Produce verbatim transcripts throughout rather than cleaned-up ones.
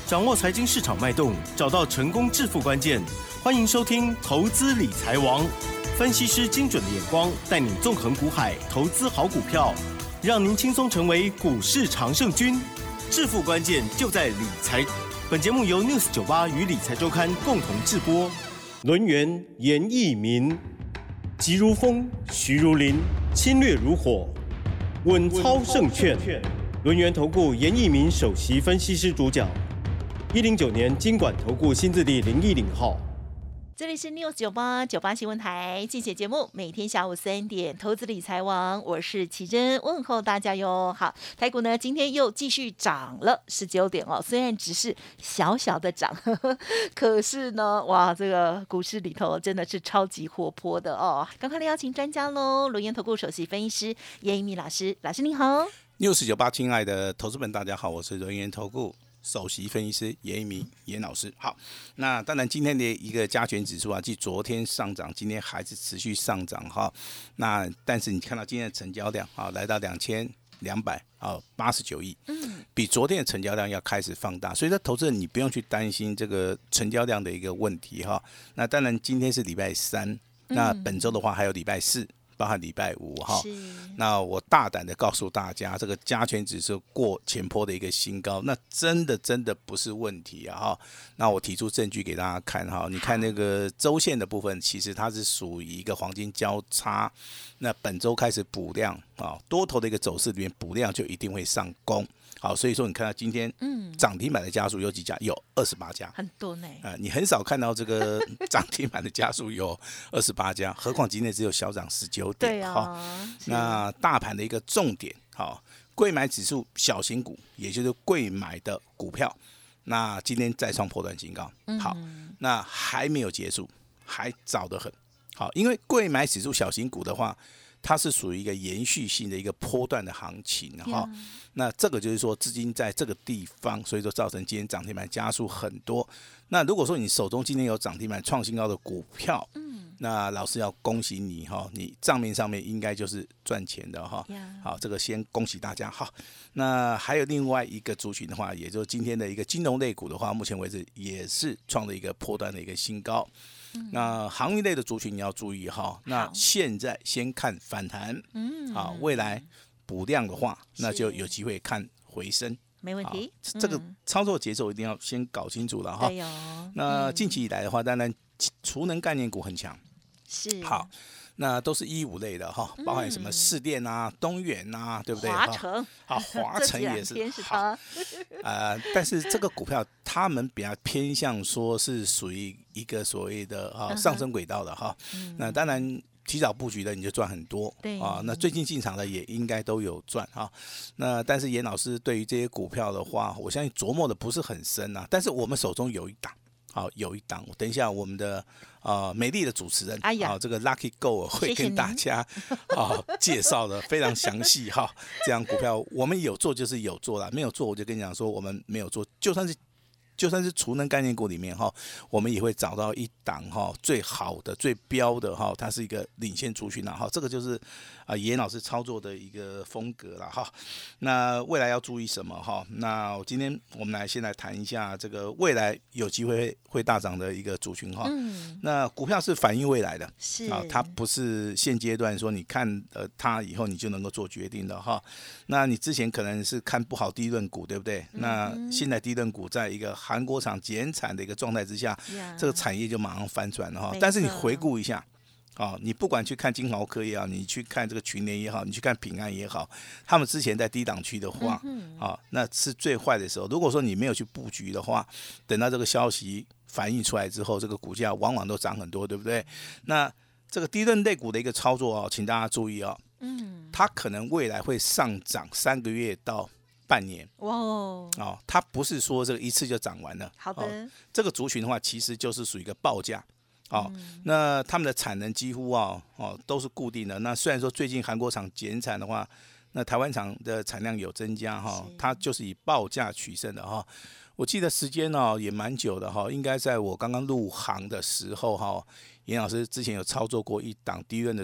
掌握财经市场脉动，找到成功致富关键。欢迎收听《投资理财王》，分析师精准的眼光，带你纵横股海，投资好股票，让您轻松成为股市常胜军。致富关键就在理财。本节目由 News 九八与理财周刊共同制播。轮源严义民，急如风，徐如林，侵略如火，稳操胜券。轮源投顾严义民首席分析师主讲。一零九年金管投顾新字第零一零号。 这里是 News 九八九八新闻台，竞选节目，每天下午三点，投资理财王，我是奇珍，问候大家哟。好，台股呢今天又继续涨了十九点哦，虽然只是小小的涨，呵呵，可是呢，哇，这个股市里头真的是超级活泼的哦。赶快来邀请专家喽，轮研投顾首席分析师严一鸣老师，老师您好。 News 九八，亲爱的投资们，大家好，我是轮研投顾首席分析师严一鸣严老师。好，那当然今天的一个加权指数啊，继昨天上涨，今天还是持续上涨哈。那但是你看到今天的成交量啊，来到两千两百啊八十九亿，嗯，比昨天的成交量要开始放大，所以说投资人你不用去担心这个成交量的一个问题哈。那当然今天是礼拜三，那本周的话还有礼拜四。包含礼拜五哈，那我大胆的告诉大家，这个加权指数过前波的一个新高，那真的真的不是问题啊哈。那我提出证据给大家看哈，你看那个周线的部分，其实它是属于一个黄金交叉，那本周开始补量啊，多头的一个走势里面补量就一定会上攻。好，所以说你看到今天涨停板的家数有几家？有二十八家， 很多呢。 呃，你很少看到这个涨停板的家数有二十八家，何况今天只有小涨十九点。 对啊、哦。 那大盘的一个重点，好，贵买指数小型股，也就是贵买的股票，那今天再创波段新高。好，那还没有结束，还早得很。好，因为贵买指数小型股的话，它是属于一个延续性的一个波段的行情哈， yeah. 那这个就是说资金在这个地方，所以说造成今天涨停板家数很多。那如果说你手中今天有涨停板创新高的股票，嗯，那老师要恭喜你哈，你账面上面应该就是赚钱的哈。Yeah. 好，这个先恭喜大家哈。那还有另外一个族群的话，也就是今天的一个金融类股的话，目前为止也是创了一个波段的一个新高。那航运类的族群你要注意哈，那现在先看反弹，嗯，好，未来补量的话，那就有机会看回升， 没问题。 这个操作节奏一定要先搞清楚了哈。 对哦。 那近期以来的话，当然储能概念股很强， 是好。那都是一五类的哈，包含什么市电啊、东元啊，对不对？ 华城， 好，华城也是好。呃，但是这个股票他们比较偏向说是属于一个所谓的啊上升轨道的哈。那当然提早布局的你就赚很多， 对啊。那最近进场的也应该都有赚哈。那但是严老师对于这些股票的话，我相信琢磨的不是很深啊。但是我们手中有一档。好，有一档，等一下我们的呃美丽的主持人， 哎呀， 好，这个 Lucky Go 会跟大家啊介绍的非常详细哈。这样股票我们有做就是有做啦，没有做我就跟你讲说我们没有做，就算是就算是储能概念股里面哈，我们也会找到一档哈最好的、最标的哈，它是一个领先族群啦哈。这个就是啊严老师操作的一个风格啦哈。那未来要注意什么哈？那今天我们来先来谈一下这个未来有机会会大涨的一个族群哈。嗯。那股票是反映未来的， 是啊，它不是现阶段说你看呃它以后你就能够做决定的哈。那你之前可能是看不好低润股，对不对？嗯、那现在低润股在一个韩国厂减产的一个状态之下， yeah, 这个产业就马上翻转了哈。但是你回顾一下，哦，你不管去看金豪科也好，你去看这个群联也好，你去看平安也好，他们之前在低档区的话，嗯哦，那是最坏的时候。如果说你没有去布局的话，等到这个消息反映出来之后，这个股价往往都涨很多，对不对？那这个低润类股的一个操作哦，请大家注意哦，嗯，它可能未来会上涨三个月到半年，哇哦，哦，它不是说这个一次就涨完了。 好的， 哦，这个族群的话，其实就是属于一个报价。哦，嗯，那他们的产能几乎啊，哦，都是固定的。那虽然说最近韩国厂减产的话，那台湾厂的产量有增加哈，哦，它就是以报价取胜的哈，哦。我记得时间哦也蛮久的哈，哦，应该在我刚刚入行的时候哈，哦，严老师之前有操作过一档低润的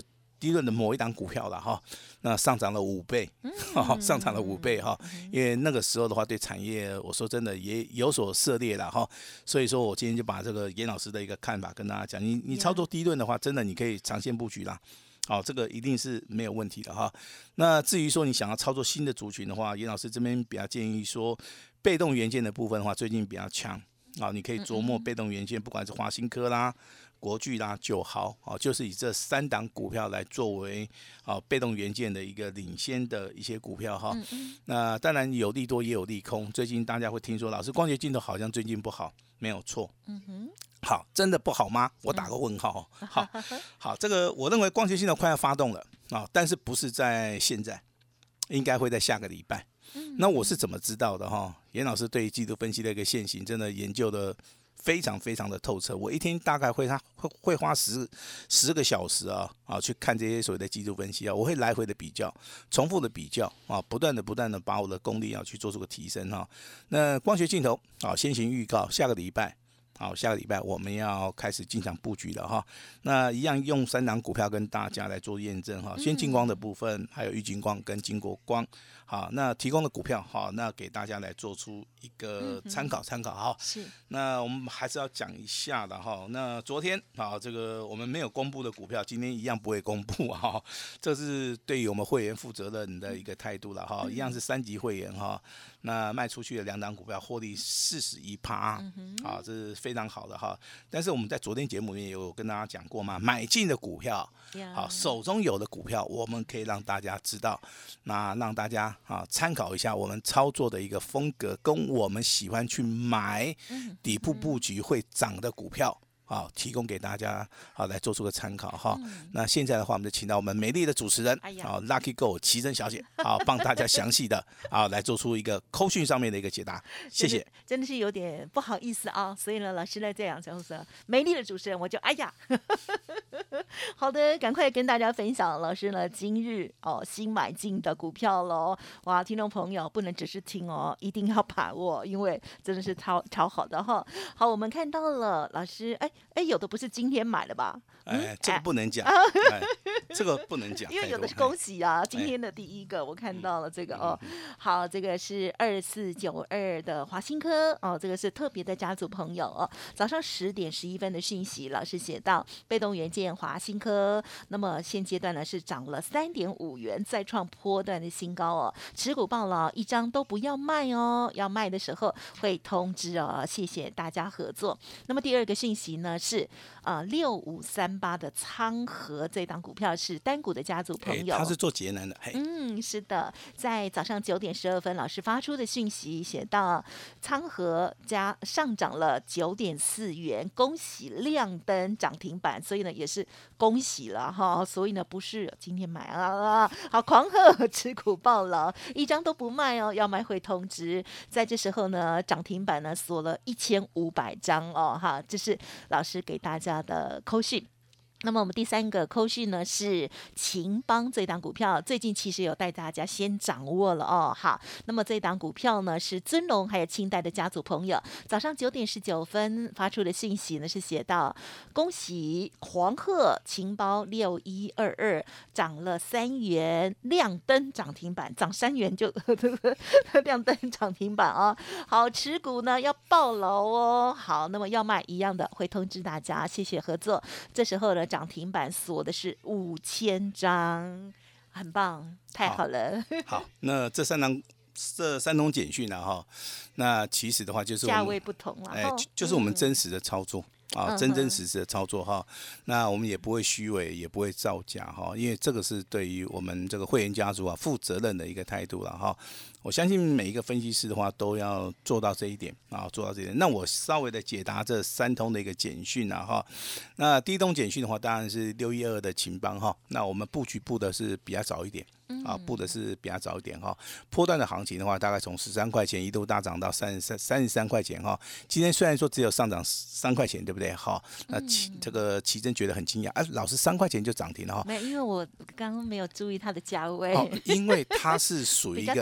低润的某一档股票了哈，那上涨了五倍，哦、上涨了五倍哈，因为那个时候的话，对产业我说真的也有所涉猎了哈，所以说我今天就把这个严老师的一个看法跟大家讲，你你操作低润的话，真的你可以长线布局啦。好、哦，这个一定是没有问题的哈。那至于说你想要操作新的族群的话，严老师这边比较建议说，被动元件的部分的话，最近比较强。好、哦，你可以琢磨被动元件，不管是华新科啦、国巨啦、九豪，哦，就是以这三档股票来作为哦被动元件的一个领先的一些股票哈。嗯嗯那当然有利多也有利空，最近大家会听说，老师光学镜头好像最近不好，没有错。嗯哼。好，真的不好吗？我打个问号。好，好，这个我认为光学镜头快要发动了啊、哦，但是不是在现在，应该会在下个礼拜。那我是怎么知道的哈？严老师对于技术分析的一个现行，真的研究的非常非常的透彻。我一天大概会他会会花十十个小时啊啊去看这些所谓的技术分析啊，我会来回的比较，重复的比较啊，不断的不断的把我的功力啊去做出个提升哈。那光学镜头啊，先行预告下个礼拜。好，下个礼拜我们要开始进场布局了哈。那一样用三档股票跟大家来做验证哈。先进光的部分，还有玉晶光跟金国光，好，那提供的股票好，那给大家来做出一个参考参考哈。 是。 那我们还是要讲一下的哈。那昨天啊，这个我们没有公布的股票，今天一样不会公布哈。这是对于我们会员负责任的一个态度了哈。一样是三级会员哈。那卖出去的两档股票获利四十一趴，啊，这是非常好的哈。但是我们在昨天节目里面有跟大家讲过嘛，买进的股票，好，手中有的股票，我们可以让大家知道，那让大家啊参考一下我们操作的一个风格，跟我们喜欢去买底部布局会涨的股票。好，提供给大家好来做出个参考哈、嗯。那现在的话，我们就请到我们美丽的主持人，好、哎、Lucky Go 奇珍小姐，好帮大家详细的啊来做出一个扣讯上面的一个解答，谢谢。 真的是有点不好意思啊，所以呢，老师呢这样就是美丽的主持人，我就哎呀，好的，赶快跟大家分享老师呢今日哦新买进的股票喽。哇，听众朋友不能只是听哦，一定要把握，因为真的是超超好的哈。好，我们看到了老师，哎。哎，有的不是今天买的吧？ 哎，这个不能讲，哎，这个不能讲， 因为有的是恭喜啊，今天的第一个我看到了这个哦，好，这个是二四九二的华新科哦，这个是特别的家族朋友哦，早上十点十一分的讯息，老师写到被动元件华新科，那么现阶段呢是涨了三点五元，再创波段的新高哦，持股报了一张都不要卖哦，要卖的时候会通知哦，谢谢大家合作。那么第二个讯息呢？是呃六五三八的昌河这档股票是单股的家族朋友， 他是做节能的。 嗯，是的，在早上九点十二分，老师发出的讯息写到昌河加上涨了九点四元，恭喜亮灯涨停板，所以呢也是恭喜了哈，所以呢不是今天买啊，好狂贺持股抱牢，一张都不卖哦，要买会通知。在这时候呢，涨停板呢锁了一千五百张哦，哈，这是老师。是给大家的扣讯。那么我们第三个扣讯呢是秦邦这档股票，最近其实有带大家先掌握了哦。好，那么这档股票呢是尊龙还有清代的家族朋友，早上九点十九分发出的信息呢是写到恭喜黄鹤秦邦六一二二涨了三元，亮灯涨停板，涨三元就亮灯涨停板啊、哦。好，持股呢要抱牢哦。好，那么要卖一样的会通知大家，谢谢合作。这时候呢。涨停板锁的是五千张，很棒，太好了。 好，好那这三档这三通简讯呢，哈，那其实的话就是价位不同了， 哎、欸，就是我们真实的操作。嗯啊，真真实实的操作哈，那我们也不会虚伪，也不会造假哈，因为这个是对于我们这个会员家族啊负责任的一个态度了哈。我相信每一个分析师的话都要做到这一点啊，做到这一点。那我稍微的解答这三通的一个简讯啊哈。那第一通简讯的话，当然是六一二的秦邦哈。那我们布局布的是比较早一点。啊，布的是比较早一点哈，波段的行情的话，大概从十三块钱一度大涨到三十三三十三块钱哈。今天虽然说只有上涨三块钱，对不对哈？那奇这个奇珍觉得很惊讶啊，老师三块钱就涨停了哈。 没有，因为我刚刚没有注意它的价位。 哦，因为它是属于一个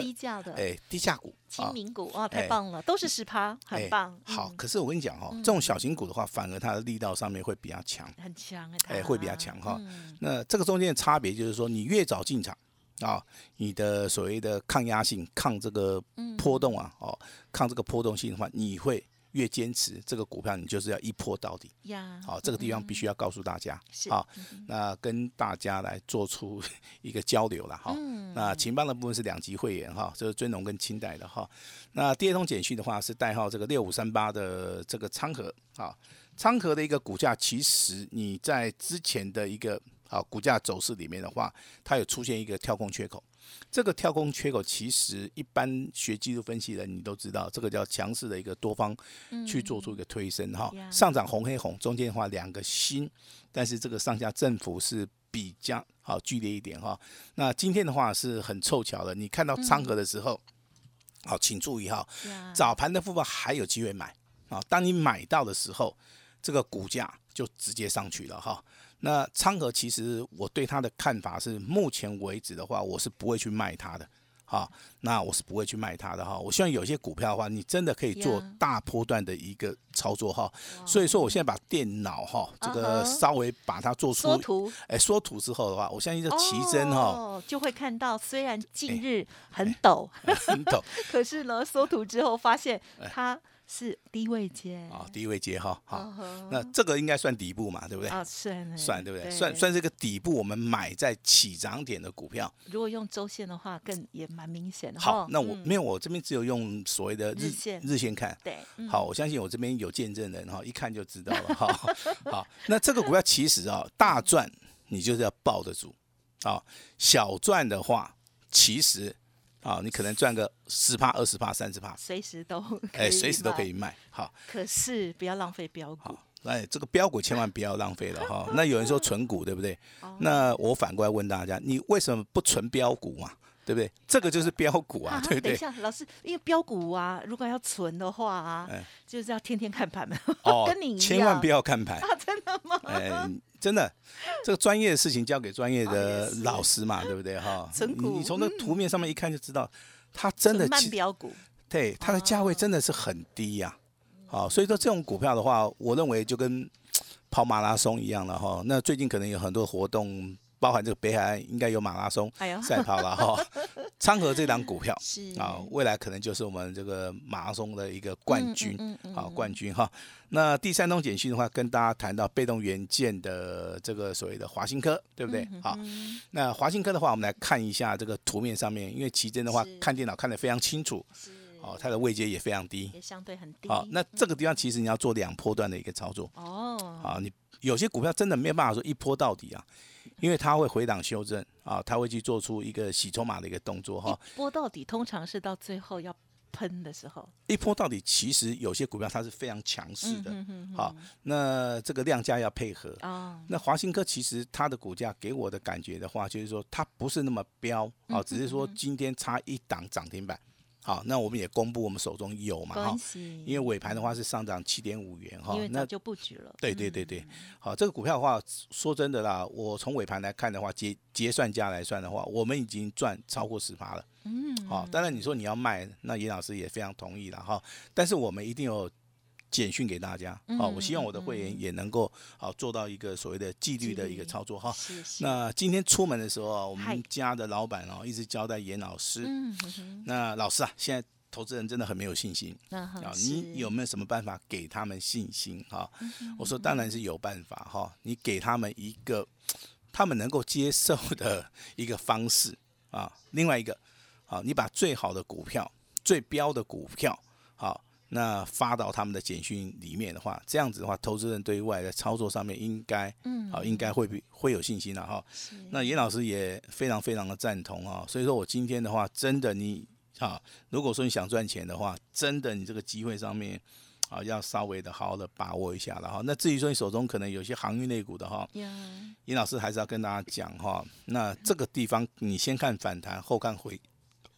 个哎低价股。 亲民股哇，太棒了，都是十趴，很棒。 好，可是我跟你讲哦，这种小型股的话，反而它的力道上面会比较强， 很强哎，会比较强哈。那这个中间的差别就是说，你越早进场啊，你的所谓的抗压性、抗这个波动啊，哦，抗这个波动性的话，你会越坚持这个股票，你就是要一波到底呀。好，这个地方必须要告诉大家，好，那跟大家来做出一个交流了哈。那秦邦的部分是两级会员哈，这是尊荣跟清代的哈。那第二通简讯的话是代号这个六五三八的这个昌河啊，昌河的一个股价，其实你在之前的一个啊股价走势里面的话，它有出现一个跳空缺口。这个跳空缺口其实一般学技术分析的你都知道，这个叫强势的一个多方去做出一个推升哈、嗯，上涨红黑红，中间的话两个星，但是这个上下振幅是比较好剧烈一点哈。那今天的话是很凑巧的，你看到昌河的时候，好、嗯，请注意哈，早盘的部分还有机会买啊，当你买到的时候，这个股价就直接上去了哈。那昌河其实我对它的看法是，目前为止的话，我是不会去卖它的，好，那我是不会去卖它的哈。我希望有些股票的话，你真的可以做大波段的一个操作哈。所以说，我现在把电脑哈这个稍微把它做出缩图， 哎，缩图之后的话，我相信这奇珍哈、 哦、就会看到，虽然近日很陡， 哎、很陡， 可是呢，缩图之后发现它。是低位阶啊、哦，低位阶哈，好， uh-huh. 那这个应该算底部嘛，对不对？ 啊，算算对不对？对算算是个底部，我们买在起涨点的股票。 如果用周线的话，更也蛮明显的。 好，那我、嗯、没有，我这边只有用所谓的日日线日线看。 对、嗯， 好，我相信我这边有见证人哈，一看就知道了哈。好，那这个股票其实啊，大赚你就是要抱得住，啊，小赚的话，其实。啊，你可能赚个十趴、二十趴、三十趴， 随时都哎，随时都可以卖。好， 可是不要浪费标股。 哎，这个标股千万不要浪费了哈。那有人说存股，对不对？哦、那我反过来问大家，你为什么不存标股嘛？对不对？这个就是标股啊，啊对不对？ 等一下，老师，因为标股啊，如果要存的话啊，哎、就是要天天看盘嘛。 哦， 跟你一样， 千万不要看盘啊！真的吗？ 哎，真的，这个专业的事情交给专业的老师嘛，对不对？哈， 存股， 你从那图面上面一看就知道，它真的慢标股， 对，它的价位真的是很低呀、啊。好、哦，所以说这种股票的话，我认为就跟跑马拉松一样了哈。那最近可能有很多活动。包含这个北海岸应该有马拉松赛跑了哈，昌河这档股票啊，未来可能就是我们这个马拉松的一个冠军，嗯嗯嗯嗯、好冠军哈。那第三通简讯的话，跟大家谈到被动元件的这个所谓的华新科，对不对？嗯、好，那华新科的话，我们来看一下这个图面上面，因为奇珍的话看电脑看得非常清楚，哦，它的位阶也非常低， 也相对很低。 好，那这个地方其实你要做两波段的一个操作哦，好，你有些股票真的没有办法说一波到底啊。因为它会回档修正啊，它会去做出一个洗筹码的一个动作哈。 一波到底通常是到最后要喷的时候。 一波到底其实有些股票它是非常强势的，嗯、哼哼哼好，那这个量价要配合。哦、那华新科其实它的股价给我的感觉的话，就是说它不是那么飙啊，只是说今天差一档涨停板。好，那我们也公布我们手中有嘛哈，因为尾盘的话是上涨七点五元哈， 因为早就布局了。 对对对对，好，这个股票的话，说真的啦，我从尾盘来看的话，结结算价来算的话，我们已经赚超过十趴了。嗯，好，当然你说你要卖，那严老师也非常同意了哈，但是我们一定有简讯给大家，好，我希望我的会员也能够好做到一个所谓的纪律的一个操作哈。那今天出门的时候啊，我们家的老板哦一直交代严老师，那老师啊，现在投资人真的很没有信心啊，你有没有什么办法给他们信心哈？我说当然是有办法哈，你给他们一个他们能够接受的一个方式啊。另外一个，好，你把最好的股票、最标的股票，好。那发到他们的简讯里面的话，这样子的话，投资人对于未来的操作上面应该，嗯，好，应该会会有信心了哈。那严老师也非常非常的赞同哈，所以说我今天的话，真的你啊，如果说你想赚钱的话，真的你这个机会上面啊，要稍微的好好的把握一下了哈。那至于说你手中可能有些航运类股的哈，严老师还是要跟大家讲哈，那这个地方你先看反弹，后看回。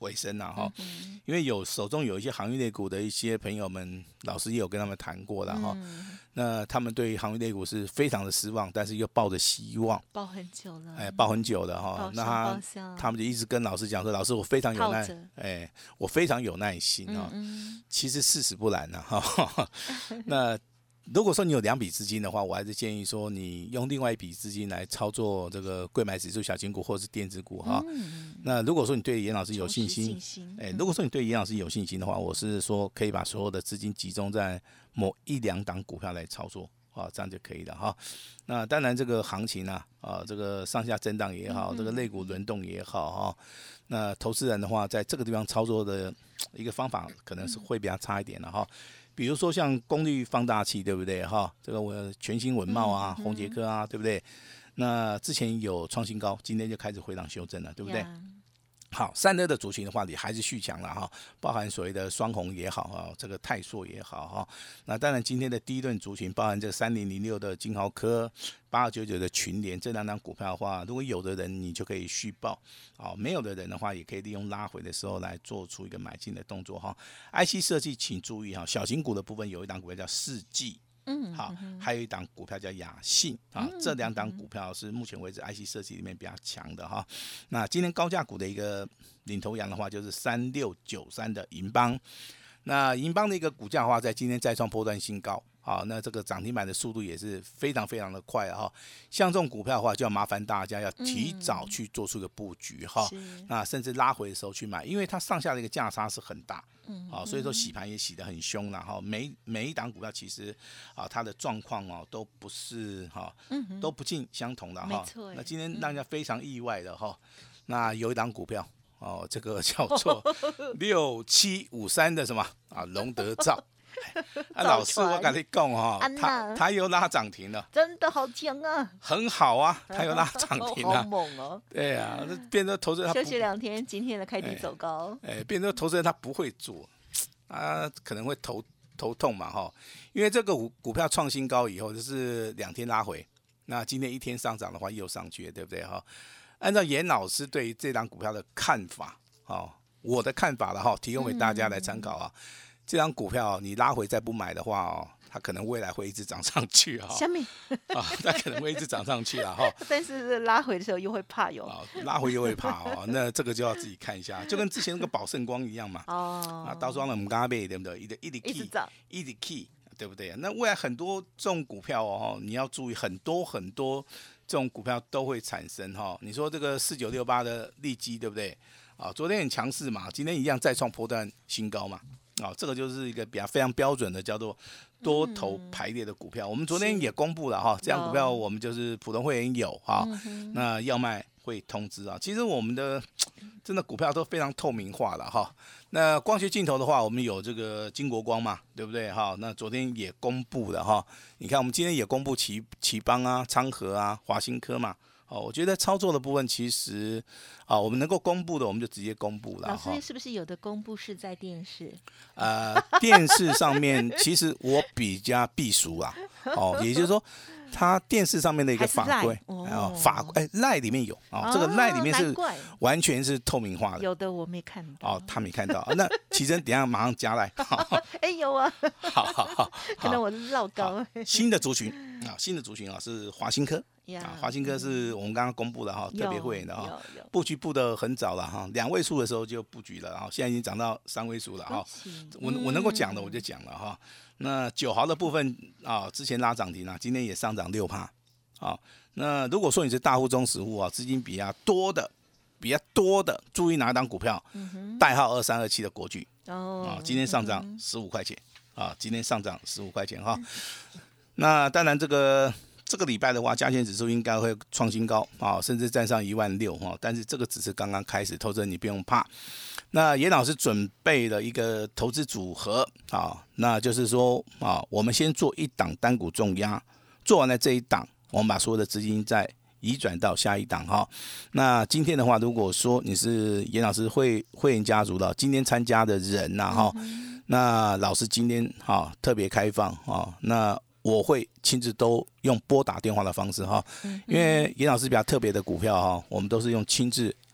回升了哈， 嗯因为有手中有一些航运类股的一些朋友们，老师也有跟他们谈过了哈。 嗯那他们对航运类股是非常的失望，但是又抱着希望， 抱很久了， 哎，抱很久了哈抱。 那上抱他下他们就一直跟老师讲说，老师我非常有耐套着， 哎，我非常有耐心啊。 嗯其实事实不然呢哈。那如果说你有两笔资金的话，我还是建议说你用另外一笔资金来操作这个贵买指数小型股或是电子股哈。 嗯， 那如果说你对严老师有信重拾心信，心哎， 嗯如果说你对严老师有信心的话，我是说可以把所有的资金集中在某一两档股票来操作。啊，这样就可以了哈。那当然，这个行情啊，啊，这个上下震荡也好，这个类股轮动也好哈。那投资人的话，在这个地方操作的一个方法，可能是会比较差一点的哈。比如说像功率放大器，对不对哈？这个我全新文茂啊，宏捷科啊，对不对？那之前有创新高，今天就开始回档修正了，对不对？好，散热的族群的话，你还是续强了哈，包含所谓的双红也好哈，这个泰硕也好哈。那当然，今天的第一轮族群，包含这个三零零六的金豪科、八二九九的群联这两档股票的话，如果有的人你就可以续报，啊，没有的人的话，也可以利用拉回的时候来做出一个买进的动作哈。I C 设计请注意哈，小型股的部分有一档股票叫世纪。 嗯， 好，还有一档股票叫雅信啊，这两档股票是目前为止 I C 设计里面比较强的哈。那今天高价股的一个领头羊的话，就是三六九三的银邦。那银邦的一个股价的话，在今天再创波段新高。好，那这个涨停板的速度也是非常非常的快哈。像这种股票的话，就要麻烦大家要提早去做出一个布局哈。 嗯、 那甚至拉回的时候去买，因为它上下的一个价差是很大。嗯，好，所以说洗盘也洗得很凶了哈。每每一档股票其实啊，它的状况哦都不是哈，都不尽相同的哈。 没错。 那今天让人家非常意外的哈，那有一档股票哦，这个叫做六七五三的什么啊，龙德造。啊，老师，我跟你讲哈，他他又拉涨停了， 真的好强啊， 很好啊，他又拉涨停了， 好猛哦。 对啊，变成投资人他休息两天，今天的开低走高， 哎，哎变成投资人他不会做，啊，可能会头头痛嘛哈，因为这个股股票创新高以后，就是两天拉回，那今天一天上涨的话又上去了，对不对哈？按照严老师对于这档股票的看法，哦，我的看法了哈，提供给大家来参考啊。嗯这张股票你拉回再不买的话哦，它可能未来会一直涨上去啊。 下面啊，它可能会一直涨上去啊哈。 但是拉回的时候又会怕有。 啊，拉回又会怕哦，那这个就要自己看一下，就跟之前那个宝盛光一样嘛。哦。啊，到时候我们刚刚背对不对？一直一直 key， 一直 key， 对不对？那未来很多这种股票哦，你要注意，很多很多这种股票都会产生哈。你说这个四九六八的利基对不对？啊，昨天很强势嘛，今天一样再创波段新高嘛。哦，这个就是一个比较非常标准的叫做多头排列的股票。嗯、我们昨天也公布了哈，这样股票我们就是普通会员有哈，嗯、那要卖会通知啊。其实我们的真的股票都非常透明化了哈。那光学镜头的话，我们有这个金国光嘛，对不对哈？那昨天也公布了哈。你看我们今天也公布奇奇邦啊、昌河啊、华新科嘛。哦，我觉得操作的部分其实啊，我们能够公布的，我们就直接公布了。 老师是不是有的公布是在电视？ 呃，电视上面其实我比较避俗啊。哦，也就是说，它电视上面的一个法规，哦，法哎赖里面有啊、哦，这个赖里面是完全是透明化的。 有的我没看到。 哦，他没看到。那奇珍，等一下马上加赖。 哎，有啊。 好好好， 可能我绕高。 新的族群啊，新的族群啊是华新科。啊，华新科是我们刚刚公布的哈，特别会员的哈，布局布的很早了哈，两位数的时候就布局了，然后现在已经涨到三位数了哈。我我能够讲的我就讲了哈。那九豪的部分啊，之前拉涨停啊，今天也上涨六趴。好，那如果说你是大户中实户啊，资金比较多的，比较多的，注意哪一档股票？代号二三二七的国巨啊，今天上涨十五块钱啊，今天上涨十五块钱哈。那当然这个。这个礼拜的话，加权指数应该会创新高啊，甚至站上一万六哈。但是这个只是刚刚开始，投资人你不用怕。那严老师准备了一个投资组合啊，那就是说啊，我们先做一档单股重压，做完了这一档，我们把所有的资金再移转到下一档哈。那今天的话，如果说你是严老师会会员家族的，今天参加的人呐、啊、哈，那老师今天哈特别开放啊，那。我会亲自都用拨打电话的方式哈，因为严老师比较特别的股票哈，我们都是用亲自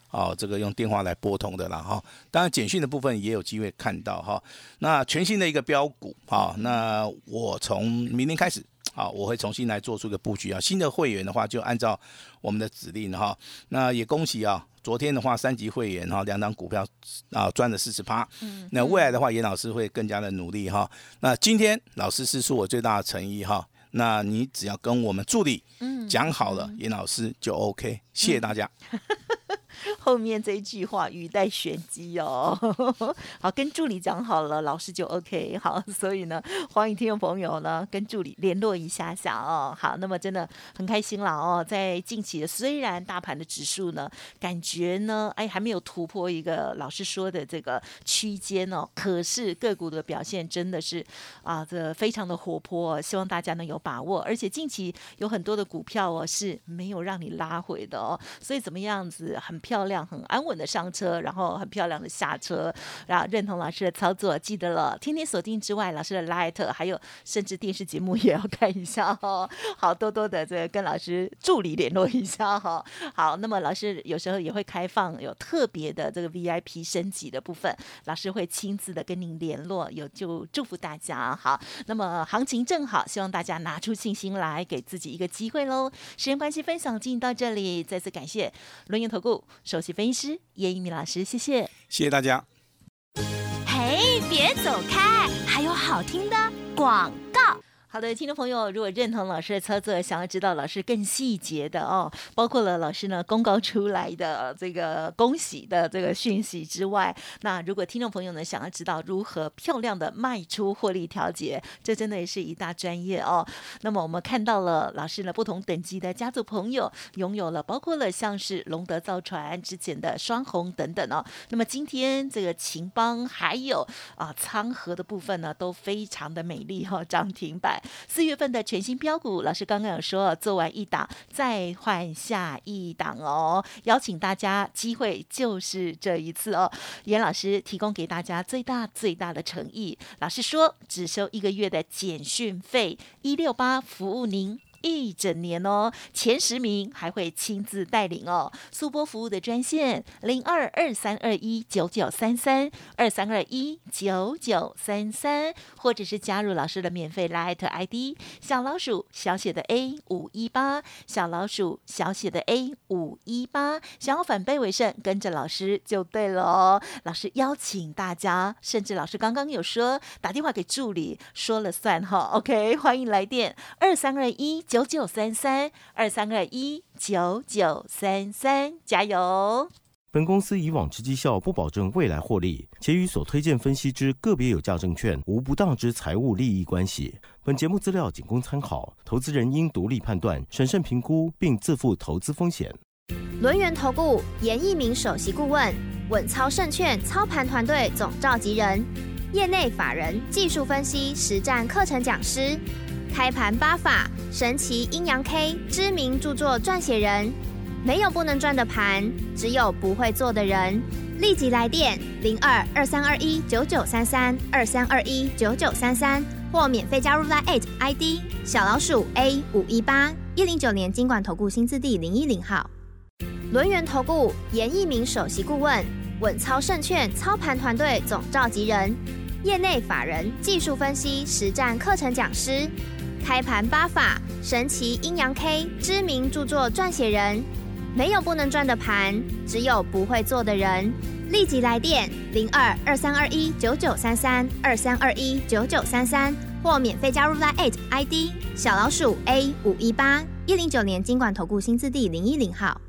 哦，这个用电话来拨通的啦哈，当然简讯的部分也有机会看到哈。那全新的一个标股哈，那我从明天开始，好，我会重新来做出一个布局啊。新的会员的话，就按照我们的指令哈。那也恭喜啊，昨天的话三级会员哈，两档股票啊赚了四十趴。那未来的话，严老师会更加的努力哈。那今天老师是出我最大的诚意哈。那你只要跟我们助理讲好了，严、嗯、老师就 OK， 谢谢大家。 后面这一句话语带玄机哦，好，跟助理讲好了，老师就 OK。好，所以呢，欢迎听众朋友呢跟助理联络一下下哦。好，那么真的很开心了哦，在近期的虽然大盘的指数呢，感觉呢，哎还没有突破一个老师说的这个区间哦，可是个股的表现真的是啊，这非常的活泼、哦，希望大家能有把握。而且近期有很多的股票哦是没有让你拉回的哦，所以怎么样子很漂亮、很安稳的上车，然后很漂亮的下车，然后认同老师的操作，记得了，天天锁定之外，老师的 Light 还有甚至电视节目也要看一下哦。好，多多的这个跟老师助理联络一下哈、哦。好，那么老师有时候也会开放有特别的这个 V I P 升级的部分，老师会亲自的跟您联络，有就祝福大家。好，那么行情正好，希望大家拿出信心来，给自己一个机会喽。时间关系，分享进行到这里，再次感谢轮源投顾首席分析师叶一鸣老师，谢谢， 谢谢大家。 嘿，别走开，还有好听的广告。 好的，听众朋友，如果认同老师的操作，想要知道老师更细节的哦，包括了老师呢公告出来的这个恭喜的这个讯息之外，那如果听众朋友呢想要知道如何漂亮的卖出获利调节，这真的也是一大专业哦。那么我们看到了老师呢不同等级的家族朋友拥有了，包括了像是龙德造船之前的双红等等哦。那么今天这个秦邦还有啊仓和的部分呢都非常的美丽哈、哦，涨停板。四月份的全新标股，老师刚刚有说，做完一档再换下一档哦，邀请大家，机会就是这一次哦。严老师提供给大家最大最大的诚意，老师说只收一个月的简讯费，一六八服务您一整年哦，前十名还会亲自带领哦。速播服务的专线零二二三二一九九三三二三二一九九三三，或者是加入老师的免费 Light I D 小老鼠小写的 A 五一八，小老鼠小写的 A 五一八，想要反败为胜，跟着老师就对了哦。老师邀请大家，甚至老师刚刚有说打电话给助理说了算哈。OK， 欢迎来电二三二一。九九三三二三二一九九三三，加油！ 本公司以往之绩效不保证未来获利，且与所推荐分析之个别有价证券无不当之财务利益关系。本节目资料仅供参考，投资人应独立判断、审慎评估，并自负投资风险。 轮源投顾严一鸣首席顾问，稳操胜券操盘团队总召集人，业内法人技术分析实战课程讲师。开盘八法、神奇阴阳 K 知名著作撰写人，没有不能赚的盘，只有不会做的人。立即来电零二二三二一九九三三二三二一九九三三，或免费加入 Line I D 小老鼠 A 五一八，一零九年金管投顾新字第零一零号。轮源投顾严一鸣首席顾问，稳操胜券操盘团队总召集人，业内法人技术分析实战课程讲师。开盘八法、神奇阴阳 K 知名著作撰写人，没有不能赚的盘，只有不会做的人。立即来电零二二三二一九九三三二三二一九九三三，或免费加入 Line I D 小老鼠 A 五一八，一零九年金管投顾新字第零一零号。